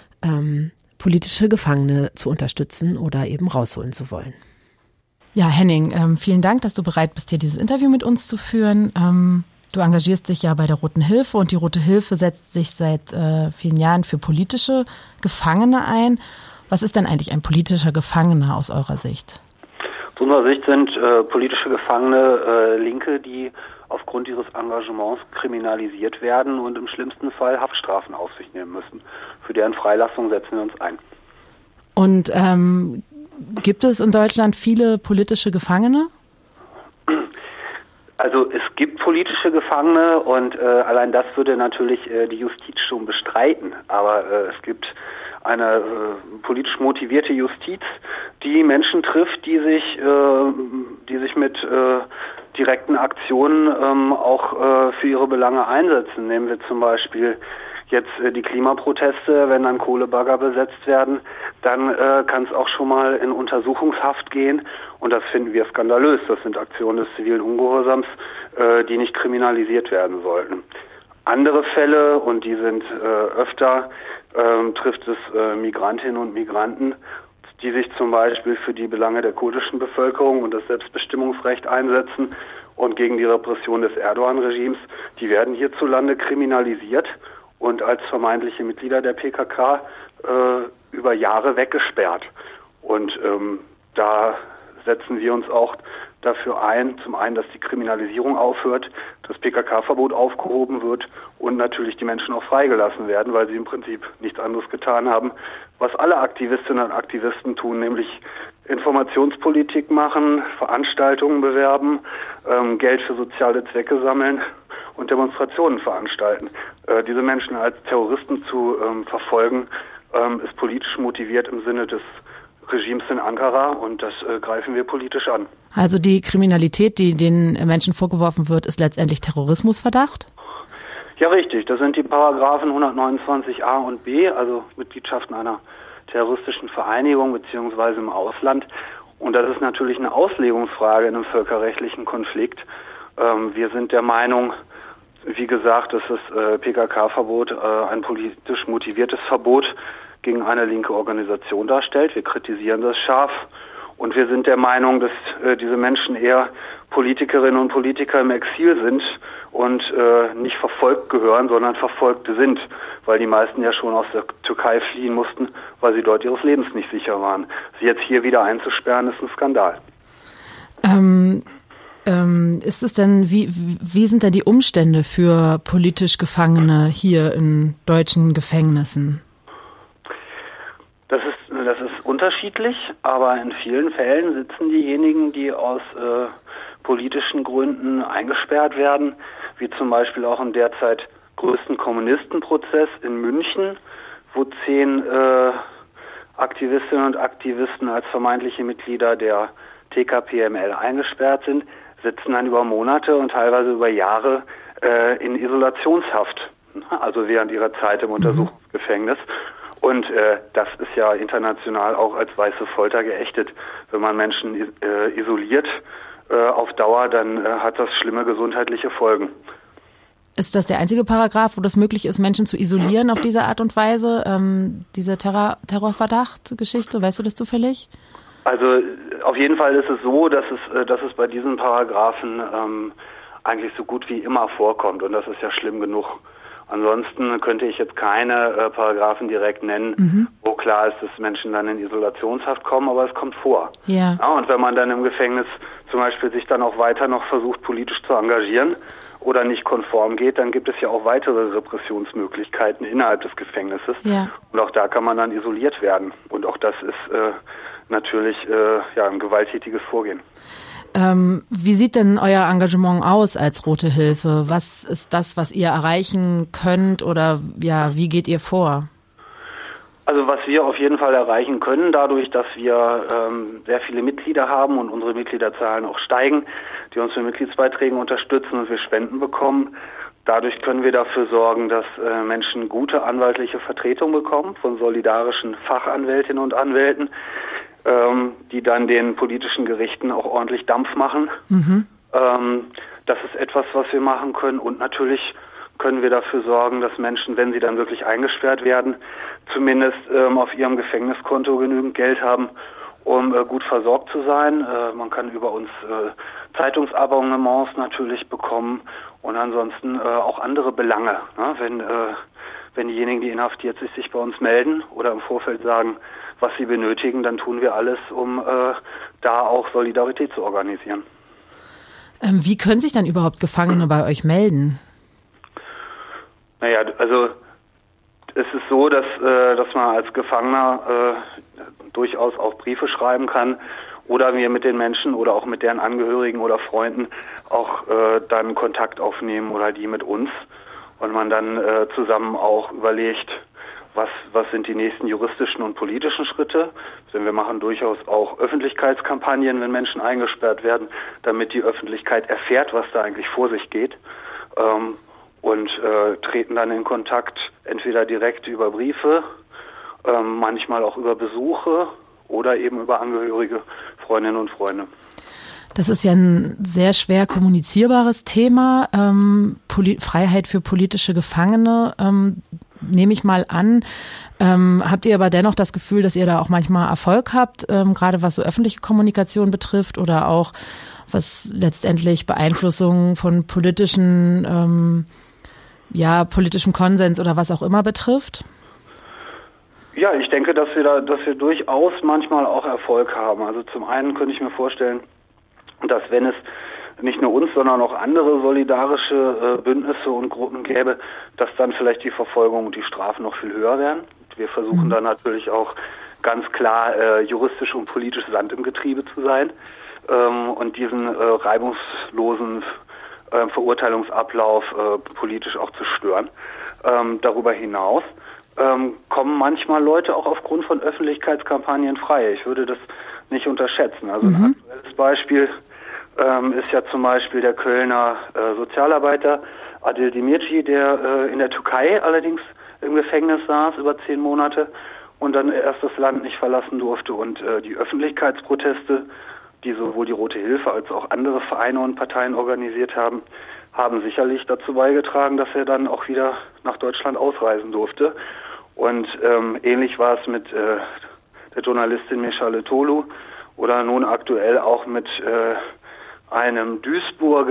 politische Gefangene zu unterstützen oder eben rausholen zu wollen. Ja, Henning, vielen Dank, dass du bereit bist, hier dieses Interview mit uns zu führen. Du engagierst dich ja bei der Roten Hilfe und die Rote Hilfe setzt sich seit vielen Jahren für politische Gefangene ein. Was ist denn eigentlich ein politischer Gefangener aus eurer Sicht? Aus unserer Sicht sind politische Gefangene Linke, die aufgrund ihres Engagements kriminalisiert werden und im schlimmsten Fall Haftstrafen auf sich nehmen müssen. Für deren Freilassung setzen wir uns ein. Und gibt es in Deutschland viele politische Gefangene? Also es gibt politische Gefangene und allein das würde natürlich die Justiz schon bestreiten. Aber es gibt eine politisch motivierte Justiz, die Menschen trifft, die sich mit direkten Aktionen auch für ihre Belange einsetzen. Nehmen wir zum Beispiel jetzt die Klimaproteste, wenn dann Kohlebagger besetzt werden, dann kann es auch schon mal in Untersuchungshaft gehen und das finden wir skandalös. Das sind Aktionen des zivilen Ungehorsams, die nicht kriminalisiert werden sollten. Andere Fälle, und die sind öfter, trifft es Migrantinnen und Migranten, die sich zum Beispiel für die Belange der kurdischen Bevölkerung und das Selbstbestimmungsrecht einsetzen und gegen die Repression des Erdogan-Regimes. Die werden hierzulande kriminalisiert und als vermeintliche Mitglieder der PKK über Jahre weggesperrt. Und da setzen wir uns auch dafür ein, zum einen, dass die Kriminalisierung aufhört, das PKK-Verbot aufgehoben wird und natürlich die Menschen auch freigelassen werden, weil sie im Prinzip nichts anderes getan haben, was alle Aktivistinnen und Aktivisten tun, nämlich Informationspolitik machen, Veranstaltungen bewerben, Geld für soziale Zwecke sammeln und Demonstrationen veranstalten. Diese Menschen als Terroristen zu verfolgen, ist politisch motiviert im Sinne des Regimes in Ankara und das greifen wir politisch an. Also die Kriminalität, die den Menschen vorgeworfen wird, ist letztendlich Terrorismusverdacht? Ja, richtig. Das sind die Paragraphen 129a und b, also Mitgliedschaften einer terroristischen Vereinigung beziehungsweise im Ausland. Und das ist natürlich eine Auslegungsfrage in einem völkerrechtlichen Konflikt. Wir sind der Meinung, wie gesagt, dass das PKK-Verbot ein politisch motiviertes Verbot gegen eine linke Organisation darstellt. Wir kritisieren das scharf und wir sind der Meinung, dass diese Menschen eher Politikerinnen und Politiker im Exil sind und nicht verfolgt gehören, sondern Verfolgte sind, weil die meisten ja schon aus der Türkei fliehen mussten, weil sie dort ihres Lebens nicht sicher waren. Sie jetzt hier wieder einzusperren, ist ein Skandal. Ist es denn, wie sind denn die Umstände für politisch Gefangene hier in deutschen Gefängnissen? Das ist unterschiedlich, aber in vielen Fällen sitzen diejenigen, die aus politischen Gründen eingesperrt werden, wie zum Beispiel auch im derzeit größten Kommunistenprozess in München, wo 10 Aktivistinnen und Aktivisten als vermeintliche Mitglieder der TKPML eingesperrt sind, sitzen dann über Monate und teilweise über Jahre in Isolationshaft, also während ihrer Zeit im Untersuchungsgefängnis. Und das ist ja international auch als weiße Folter geächtet. Wenn man Menschen isoliert auf Dauer, dann hat das schlimme gesundheitliche Folgen. Ist das der einzige Paragraph, wo das möglich ist, Menschen zu isolieren auf diese Art und Weise? Diese Terrorverdacht-Geschichte, weißt du das zufällig? Also auf jeden Fall ist es so, dass es bei diesen Paragraphen eigentlich so gut wie immer vorkommt. Und das ist ja schlimm genug. Ansonsten könnte ich jetzt keine Paragraphen direkt nennen, wo klar ist, dass Menschen dann in Isolationshaft kommen, aber es kommt vor. Ja. Ja, und wenn man dann im Gefängnis zum Beispiel sich dann auch weiter noch versucht, politisch zu engagieren oder nicht konform geht, dann gibt es ja auch weitere Repressionsmöglichkeiten innerhalb des Gefängnisses. Ja. Und auch da kann man dann isoliert werden. Und auch das ist natürlich ein gewalttätiges Vorgehen. Wie sieht denn euer Engagement aus als Rote Hilfe? Was ist das, was ihr erreichen könnt oder ja, wie geht ihr vor? Also was wir auf jeden Fall erreichen können, dadurch, dass wir sehr viele Mitglieder haben und unsere Mitgliederzahlen auch steigen, die uns mit Mitgliedsbeiträgen unterstützen und wir Spenden bekommen. Dadurch können wir dafür sorgen, dass Menschen gute anwaltliche Vertretung bekommen von solidarischen Fachanwältinnen und Anwälten, die dann den politischen Gerichten auch ordentlich Dampf machen. Das ist etwas, was wir machen können. Und natürlich können wir dafür sorgen, dass Menschen, wenn sie dann wirklich eingesperrt werden, zumindest auf ihrem Gefängniskonto genügend Geld haben, um gut versorgt zu sein. Man kann über uns Zeitungsabonnements natürlich bekommen und ansonsten auch andere Belange. Ne? Wenn diejenigen, die inhaftiert sind, sich bei uns melden oder im Vorfeld sagen, was sie benötigen, dann tun wir alles, um da auch Solidarität zu organisieren. Wie können sich dann überhaupt Gefangene bei euch melden? Naja, also es ist so, dass man als Gefangener durchaus auch Briefe schreiben kann oder wir mit den Menschen oder auch mit deren Angehörigen oder Freunden auch dann Kontakt aufnehmen oder die mit uns und man dann zusammen auch überlegt, was sind die nächsten juristischen und politischen Schritte. Denn wir machen durchaus auch Öffentlichkeitskampagnen, wenn Menschen eingesperrt werden, damit die Öffentlichkeit erfährt, was da eigentlich vor sich geht. Und treten dann in Kontakt, entweder direkt über Briefe, manchmal auch über Besuche oder eben über Angehörige, Freundinnen und Freunde. Das ist ja ein sehr schwer kommunizierbares Thema, Freiheit für politische Gefangene, nehme ich mal an. Habt ihr aber dennoch das Gefühl, dass ihr da auch manchmal Erfolg habt, gerade was so öffentliche Kommunikation betrifft oder auch was letztendlich Beeinflussung von politischem Konsens oder was auch immer betrifft? Ja, ich denke, dass wir durchaus manchmal auch Erfolg haben. Also zum einen könnte ich mir vorstellen, dass wenn es nicht nur uns, sondern auch andere solidarische Bündnisse und Gruppen gäbe, dass dann vielleicht die Verfolgung und die Strafen noch viel höher wären. Wir versuchen dann natürlich auch ganz klar juristisch und politisch Sand im Getriebe zu sein und diesen reibungslosen Verurteilungsablauf politisch auch zu stören. Darüber hinaus kommen manchmal Leute auch aufgrund von Öffentlichkeitskampagnen frei. Ich würde das nicht unterschätzen. Also ein aktuelles Beispiel ist ja zum Beispiel der Kölner Sozialarbeiter Adil Demirci, der in der Türkei allerdings im Gefängnis saß über 10 Monate und dann erst das Land nicht verlassen durfte. Und die Öffentlichkeitsproteste, die sowohl die Rote Hilfe als auch andere Vereine und Parteien organisiert haben, haben sicherlich dazu beigetragen, dass er dann auch wieder nach Deutschland ausreisen durfte. Und ähnlich war es mit der Journalistin Meşale Tolu oder nun aktuell auch mit einem Duisburger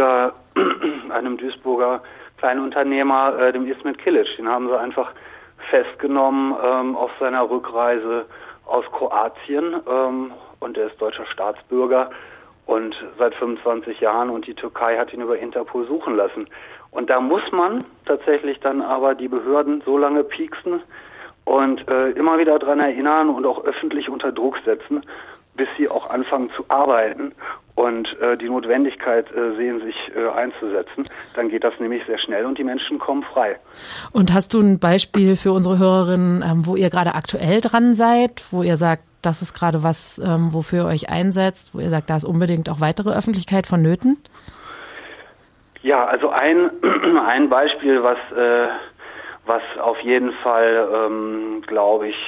einem Duisburger Kleinunternehmer, dem Ismet Kilic. Den haben sie einfach festgenommen auf seiner Rückreise aus Kroatien und er ist deutscher Staatsbürger und seit 25 Jahren und die Türkei hat ihn über Interpol suchen lassen. Und da muss man tatsächlich dann aber die Behörden so lange pieksen und immer wieder dran erinnern und auch öffentlich unter Druck setzen, bis sie auch anfangen zu arbeiten und die Notwendigkeit sehen, sich einzusetzen. Dann geht das nämlich sehr schnell und die Menschen kommen frei. Und hast du ein Beispiel für unsere Hörerinnen, wo ihr gerade aktuell dran seid, wo ihr sagt, das ist gerade was, wofür ihr euch einsetzt, wo ihr sagt, da ist unbedingt auch weitere Öffentlichkeit vonnöten? Ja, also ein Beispiel, was auf jeden Fall, glaube ich,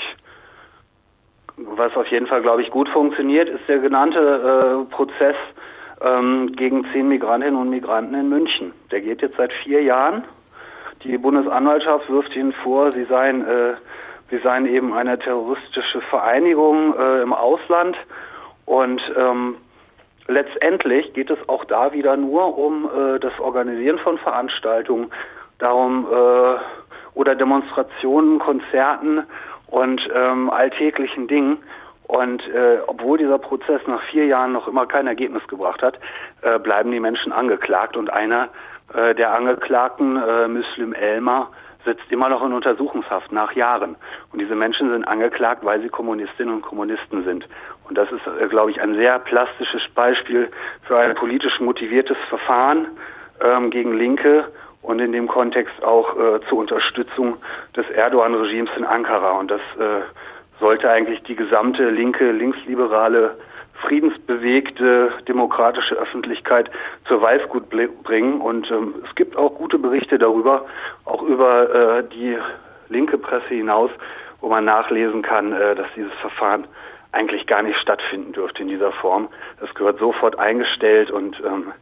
gut funktioniert, ist der genannte Prozess gegen 10 Migrantinnen und Migranten in München. Der geht jetzt seit 4 Jahren. Die Bundesanwaltschaft wirft ihnen vor, sie seien eben eine terroristische Vereinigung im Ausland und letztendlich geht es auch da wieder nur um das Organisieren von Veranstaltungen, darum oder Demonstrationen, Konzerten und alltäglichen Dingen. Und obwohl dieser Prozess nach 4 Jahren noch immer kein Ergebnis gebracht hat, bleiben die Menschen angeklagt. Und einer der Angeklagten, Müslüm Elmar, sitzt immer noch in Untersuchungshaft nach Jahren. Und diese Menschen sind angeklagt, weil sie Kommunistinnen und Kommunisten sind. Und das ist, glaube ich, ein sehr plastisches Beispiel für ein politisch motiviertes Verfahren gegen Linke und in dem Kontext auch zur Unterstützung des Erdogan-Regimes in Ankara. Und das sollte eigentlich die gesamte linke, linksliberale, friedensbewegte, demokratische Öffentlichkeit zur Weißglut bringen. Und es gibt auch gute Berichte darüber, auch über die linke Presse hinaus, wo man nachlesen kann, dass dieses Verfahren eigentlich gar nicht stattfinden dürfte in dieser Form. Es gehört sofort eingestellt und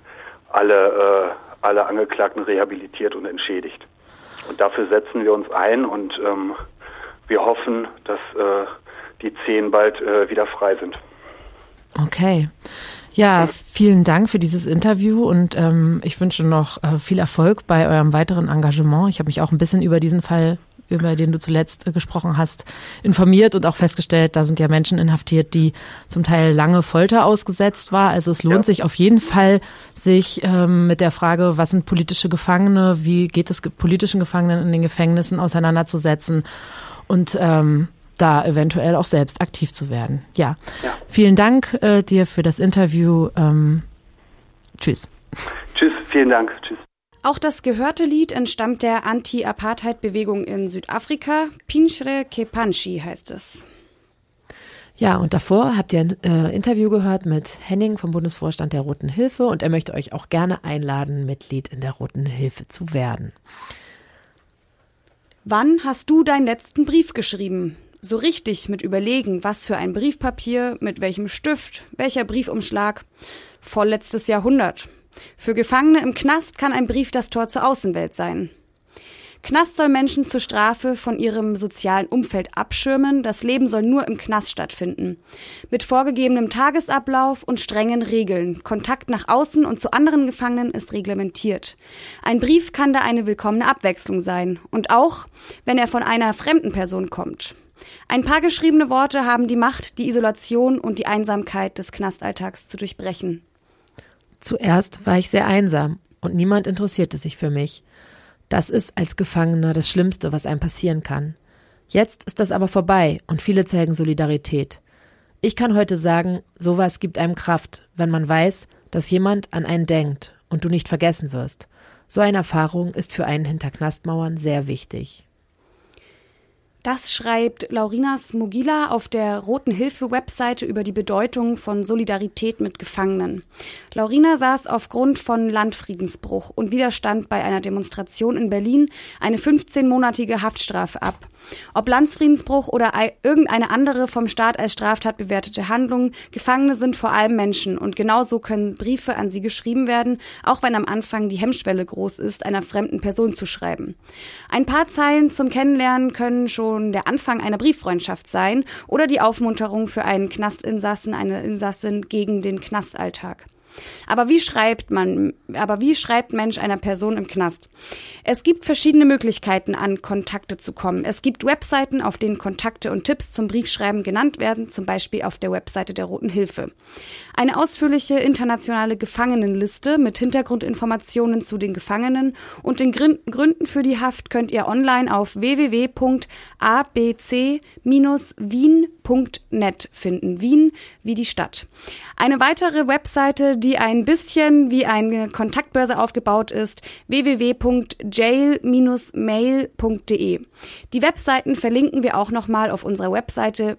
alle Angeklagten rehabilitiert und entschädigt. Und dafür setzen wir uns ein und wir hoffen, dass die 10 bald wieder frei sind. Okay. Ja, vielen Dank für dieses Interview und ich wünsche noch viel Erfolg bei eurem weiteren Engagement. Ich habe mich auch ein bisschen über diesen Fall, über den du zuletzt gesprochen hast, informiert und auch festgestellt, da sind ja Menschen inhaftiert, die zum Teil lange Folter ausgesetzt war. Also es lohnt sich auf jeden Fall, sich mit der Frage, was sind politische Gefangene, wie geht es politischen Gefangenen in den Gefängnissen auseinanderzusetzen und da eventuell auch selbst aktiv zu werden. Ja. Vielen Dank dir für das Interview. Tschüss. Tschüss, vielen Dank. Tschüss. Auch das gehörte Lied entstammt der Anti-Apartheid-Bewegung in Südafrika. Pinchre Kepanchi heißt es. Ja, und davor habt ihr ein Interview gehört mit Henning vom Bundesvorstand der Roten Hilfe und er möchte euch auch gerne einladen, Mitglied in der Roten Hilfe zu werden. Wann hast du deinen letzten Brief geschrieben? So richtig mit Überlegen, was für ein Briefpapier, mit welchem Stift, welcher Briefumschlag. Vorletztes Jahrhundert. Für Gefangene im Knast kann ein Brief das Tor zur Außenwelt sein. Knast soll Menschen zur Strafe von ihrem sozialen Umfeld abschirmen. Das Leben soll nur im Knast stattfinden. Mit vorgegebenem Tagesablauf und strengen Regeln. Kontakt nach außen und zu anderen Gefangenen ist reglementiert. Ein Brief kann da eine willkommene Abwechslung sein. Und auch, wenn er von einer fremden Person kommt. Ein paar geschriebene Worte haben die Macht, die Isolation und die Einsamkeit des Knastalltags zu durchbrechen. Zuerst war ich sehr einsam und niemand interessierte sich für mich. Das ist als Gefangener das Schlimmste, was einem passieren kann. Jetzt ist das aber vorbei und viele zeigen Solidarität. Ich kann heute sagen, sowas gibt einem Kraft, wenn man weiß, dass jemand an einen denkt und du nicht vergessen wirst. So eine Erfahrung ist für einen hinter Knastmauern sehr wichtig. Das schreibt Laurina Smogila auf der Roten Hilfe-Webseite über die Bedeutung von Solidarität mit Gefangenen. Laurina saß aufgrund von Landfriedensbruch und Widerstand bei einer Demonstration in Berlin eine 15-monatige Haftstrafe ab. Ob Landfriedensbruch oder irgendeine andere vom Staat als Straftat bewertete Handlung, Gefangene sind vor allem Menschen und genauso können Briefe an sie geschrieben werden, auch wenn am Anfang die Hemmschwelle groß ist, einer fremden Person zu schreiben. Ein paar Zeilen zum Kennenlernen können schon der Anfang einer Brieffreundschaft sein oder die Aufmunterung für einen Knastinsassen, eine Insassin gegen den Knastalltag. Aber wie schreibt Mensch einer Person im Knast? Es gibt verschiedene Möglichkeiten, an Kontakte zu kommen. Es gibt Webseiten, auf denen Kontakte und Tipps zum Briefschreiben genannt werden, zum Beispiel auf der Webseite der Roten Hilfe. Eine ausführliche internationale Gefangenenliste mit Hintergrundinformationen zu den Gefangenen und den Gründen für die Haft könnt ihr online auf www.abc-wien.net finden. Wien wie die Stadt. Eine weitere Webseite, die ein bisschen wie eine Kontaktbörse aufgebaut ist, www.jail-mail.de. Die Webseiten verlinken wir auch nochmal auf unserer Webseite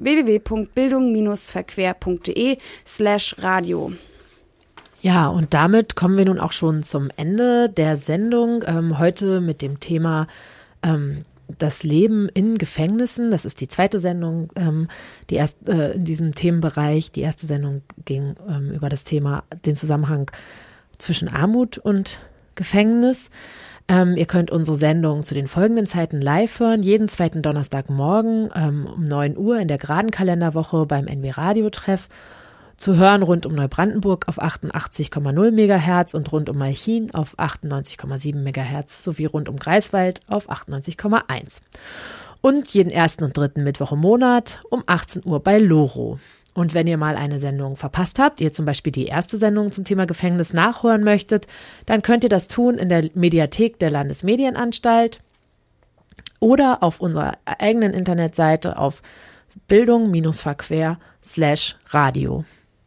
www.bildung-verquer.de/radio. Ja, und damit kommen wir nun auch schon zum Ende der Sendung. Heute mit dem Thema das Leben in Gefängnissen. Das ist die zweite Sendung die erste, in diesem Themenbereich. Die erste Sendung ging über das Thema, den Zusammenhang zwischen Armut und Gefängnis. Ihr könnt unsere Sendung zu den folgenden Zeiten live hören. Jeden zweiten Donnerstagmorgen um 9 Uhr in der geraden Kalenderwoche beim NW Radio-Treff. Zu hören rund um Neubrandenburg auf 88,0 MHz und rund um Malchin auf 98,7 MHz sowie rund um Greifswald auf 98,1. Und jeden ersten und dritten Mittwoch im Monat um 18 Uhr bei Loro. Und wenn ihr mal eine Sendung verpasst habt, ihr zum Beispiel die erste Sendung zum Thema Gefängnis nachhören möchtet, dann könnt ihr das tun in der Mediathek der Landesmedienanstalt oder auf unserer eigenen Internetseite auf bildung-verquer/radio.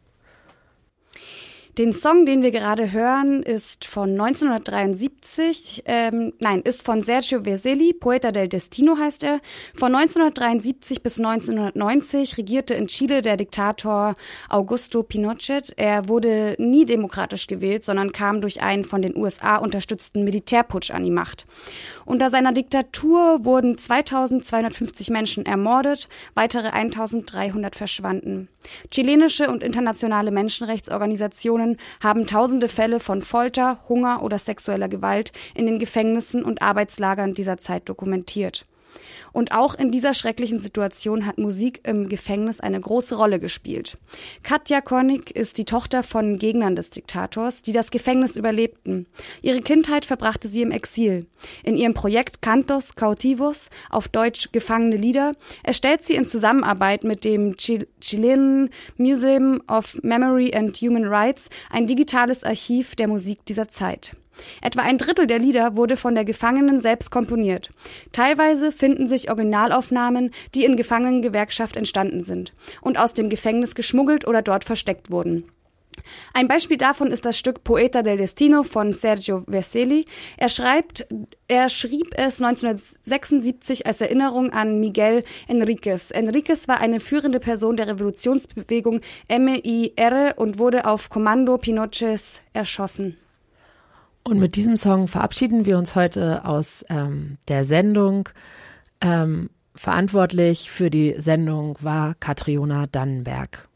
Den Song, den wir gerade hören, ist von 1973, ist von Sergio Vercelli, Poeta del Destino heißt er. Von 1973 bis 1990 regierte in Chile der Diktator Augusto Pinochet. Er wurde nie demokratisch gewählt, sondern kam durch einen von den USA unterstützten Militärputsch an die Macht. Unter seiner Diktatur wurden 2250 Menschen ermordet, weitere 1300 verschwanden. Chilenische und internationale Menschenrechtsorganisationen haben tausende Fälle von Folter, Hunger oder sexueller Gewalt in den Gefängnissen und Arbeitslagern dieser Zeit dokumentiert. Und auch in dieser schrecklichen Situation hat Musik im Gefängnis eine große Rolle gespielt. Katja Koenig ist die Tochter von Gegnern des Diktators, die das Gefängnis überlebten. Ihre Kindheit verbrachte sie im Exil. In ihrem Projekt Cantos Cautivos, auf Deutsch Gefangene Lieder, erstellt sie in Zusammenarbeit mit dem Chilean Museum of Memory and Human Rights ein digitales Archiv der Musik dieser Zeit. Etwa ein Drittel der Lieder wurde von der Gefangenen selbst komponiert. Teilweise finden sich Originalaufnahmen, die in Gefangenengewerkschaft entstanden sind und aus dem Gefängnis geschmuggelt oder dort versteckt wurden. Ein Beispiel davon ist das Stück Poeta del Destino von Sergio Vercelli. Er schrieb es 1976 als Erinnerung an Miguel Enríquez. Enríquez war eine führende Person der Revolutionsbewegung MIR und wurde auf Kommando Pinochets erschossen. Und mit diesem Song verabschieden wir uns heute aus der Sendung. Verantwortlich für die Sendung war Katriona Dannenberg.